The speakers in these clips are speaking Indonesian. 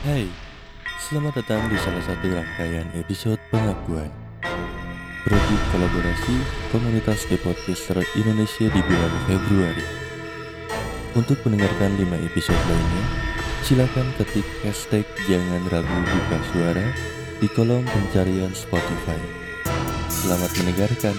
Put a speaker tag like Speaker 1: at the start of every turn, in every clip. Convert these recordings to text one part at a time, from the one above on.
Speaker 1: Hai, selamat datang di salah satu rangkaian episode pengakuan Proyek kolaborasi komunitas The-Podcaster Indonesia di bulan Februari. Untuk mendengarkan 5 episode lainnya, silakan ketik hashtag Jangan Ragu Buka Suara di kolom pencarian Spotify. Selamat mendengarkan.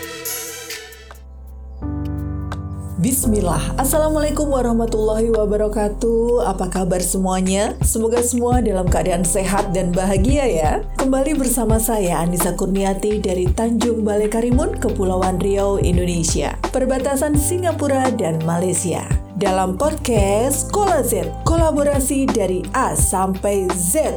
Speaker 2: Bismillah, Assalamualaikum warahmatullahi wabarakatuh. Apa kabar semuanya? Semoga semua dalam keadaan sehat dan bahagia ya. Kembali bersama saya Anissa Kurniati dari Tanjung Balai Karimun, Kepulauan Riau, Indonesia, perbatasan Singapura dan Malaysia. Dalam podcast Kola Z, kolaborasi dari A sampai Z.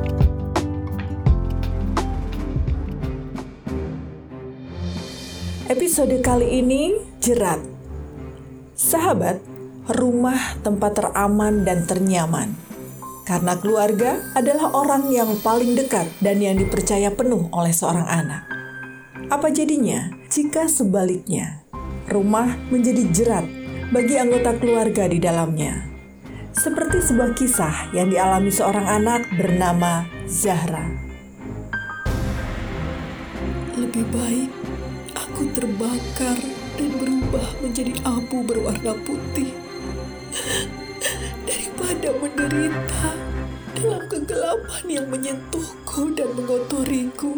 Speaker 2: Episode kali ini jerat. Sahabat, rumah tempat teraman dan ternyaman. Karena keluarga adalah orang yang paling dekat dan yang dipercaya penuh oleh seorang anak. Apa jadinya jika sebaliknya, rumah menjadi jerat bagi anggota keluarga di dalamnya? Seperti sebuah kisah yang dialami seorang anak bernama Zahra. Lebih baik aku terbakar dan berubah menjadi abu berwarna putih daripada menderita dalam kegelapan yang menyentuhku dan mengotoriku.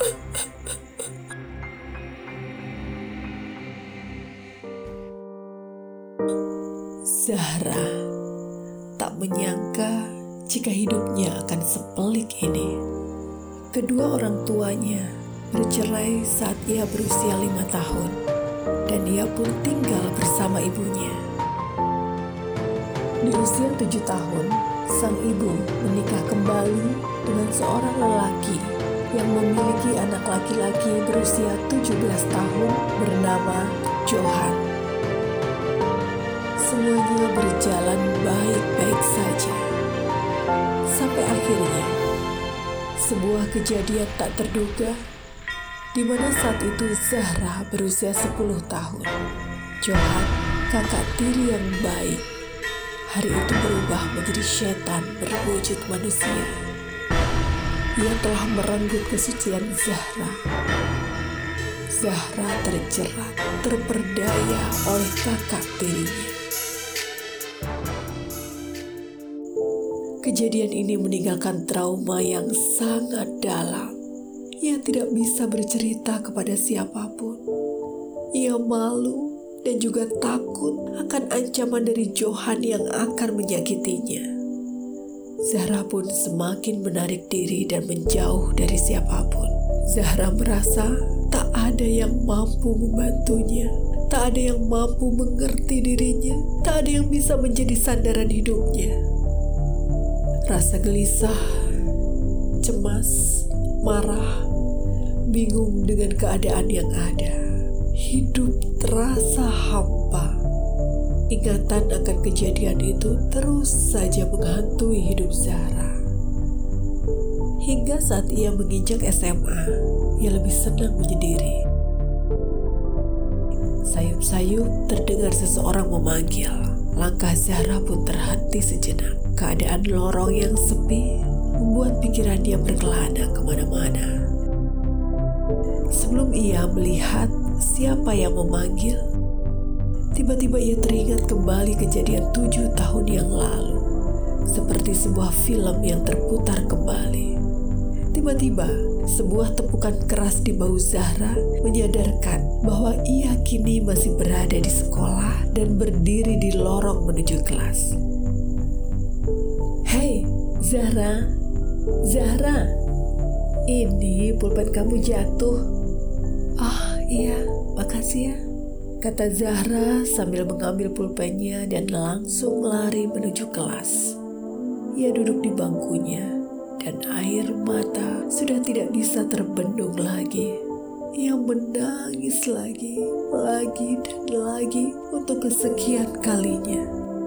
Speaker 2: Zahra tak menyangka jika hidupnya akan sepelik ini. Kedua orang tuanya bercerai saat ia berusia 5 tahun. Dan ia pun tinggal bersama ibunya. Di usia 7 tahun, sang ibu menikah kembali dengan seorang lelaki yang memiliki anak laki-laki berusia 17 tahun bernama Johan. Semuanya berjalan baik-baik saja. Sampai akhirnya, sebuah kejadian tak terduga di mana saat itu Zahra berusia 10 tahun. Johan, kakak tiri yang baik, hari itu berubah menjadi setan berwujud manusia. Ia telah merenggut kesucian Zahra. Zahra terjerat, terperdaya oleh kakak tirinya. Kejadian ini meninggalkan trauma yang sangat dalam. Ia tidak bisa bercerita kepada siapapun. Ia malu dan juga takut akan ancaman dari Johan yang akan menyakitinya. Zahra pun semakin menarik diri dan menjauh dari siapapun. Zahra merasa tak ada yang mampu membantunya, tak ada yang mampu mengerti dirinya, tak ada yang bisa menjadi sandaran hidupnya. Rasa gelisah, cemas, marah, bingung dengan keadaan yang ada. Hidup terasa hampa. Ingatan akan kejadian itu terus saja menghantui hidup Zahra. Hingga saat ia menginjak SMA, ia lebih senang menyendiri. Sayup-sayup terdengar seseorang memanggil. Langkah Zahra pun terhenti sejenak. Keadaan lorong yang sepi membuat pikirannya berkelana kemana-mana. Sebelum ia melihat siapa yang memanggil, tiba-tiba ia teringat kembali kejadian 7 tahun yang lalu. Seperti sebuah film yang terputar kembali. Tiba-tiba, sebuah tepukan keras di bahu Zahra menyadarkan bahwa ia kini masih berada di sekolah dan berdiri di lorong menuju kelas. Hei, Zahra, Zahra, ini pulpen kamu jatuh. Ah, iya, makasih ya, kata Zahra sambil mengambil pulpennya dan langsung lari menuju kelas. Ia duduk di bangkunya dan air mata sudah tidak bisa terbendung lagi. Ia menangis lagi dan lagi untuk kesekian kalinya.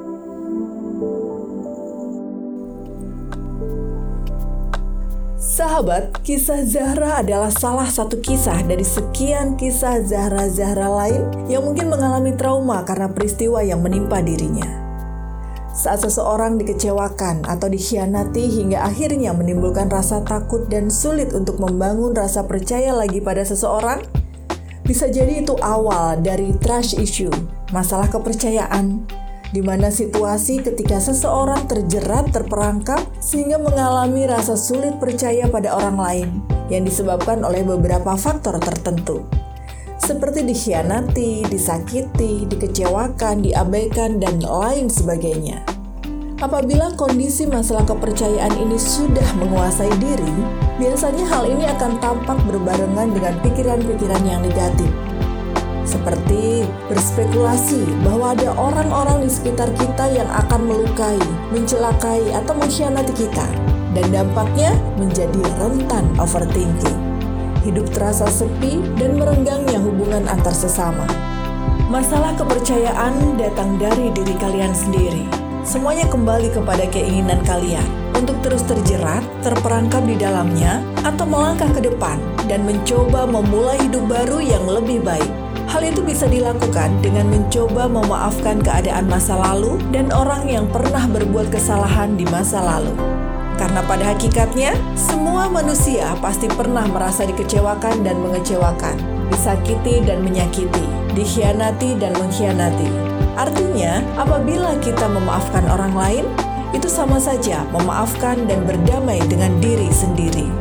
Speaker 2: Sahabat, kisah Zahra adalah salah satu kisah dari sekian kisah Zahra-Zahra lain yang mungkin mengalami trauma karena peristiwa yang menimpa dirinya. Saat seseorang dikecewakan atau dikhianati hingga akhirnya menimbulkan rasa takut dan sulit untuk membangun rasa percaya lagi pada seseorang, bisa jadi itu awal dari trust issue, masalah kepercayaan, di mana situasi ketika seseorang terjerat terperangkap sehingga mengalami rasa sulit percaya pada orang lain yang disebabkan oleh beberapa faktor tertentu. Seperti dikhianati, disakiti, dikecewakan, diabaikan, dan lain sebagainya. Apabila kondisi masalah kepercayaan ini sudah menguasai diri, biasanya hal ini akan tampak berbarengan dengan pikiran-pikiran yang negatif. Seperti berspekulasi bahwa ada orang-orang di sekitar kita yang akan melukai, mencelakai, atau mengkhianati kita, dan dampaknya menjadi rentan overthinking. Hidup terasa sepi dan merenggangnya hubungan antar sesama. Masalah kepercayaan datang dari diri kalian sendiri. Semuanya kembali kepada keinginan kalian untuk terus terjerat, terperangkap di dalamnya, atau melangkah ke depan dan mencoba memulai hidup baru yang lebih baik. Hal itu bisa dilakukan dengan mencoba memaafkan keadaan masa lalu dan orang yang pernah berbuat kesalahan di masa lalu. Karena pada hakikatnya, semua manusia pasti pernah merasa dikecewakan dan mengecewakan, disakiti dan menyakiti, dikhianati dan mengkhianati. Artinya, apabila kita memaafkan orang lain, itu sama saja memaafkan dan berdamai dengan diri sendiri.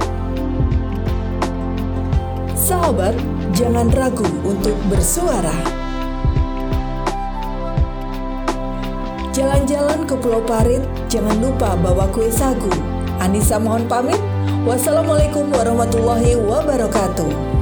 Speaker 2: Sahabat, jangan ragu untuk bersuara. Jalan-jalan ke Pulau Parit, jangan lupa bawa kue sagu. Anissa mohon pamit. Wassalamualaikum warahmatullahi wabarakatuh.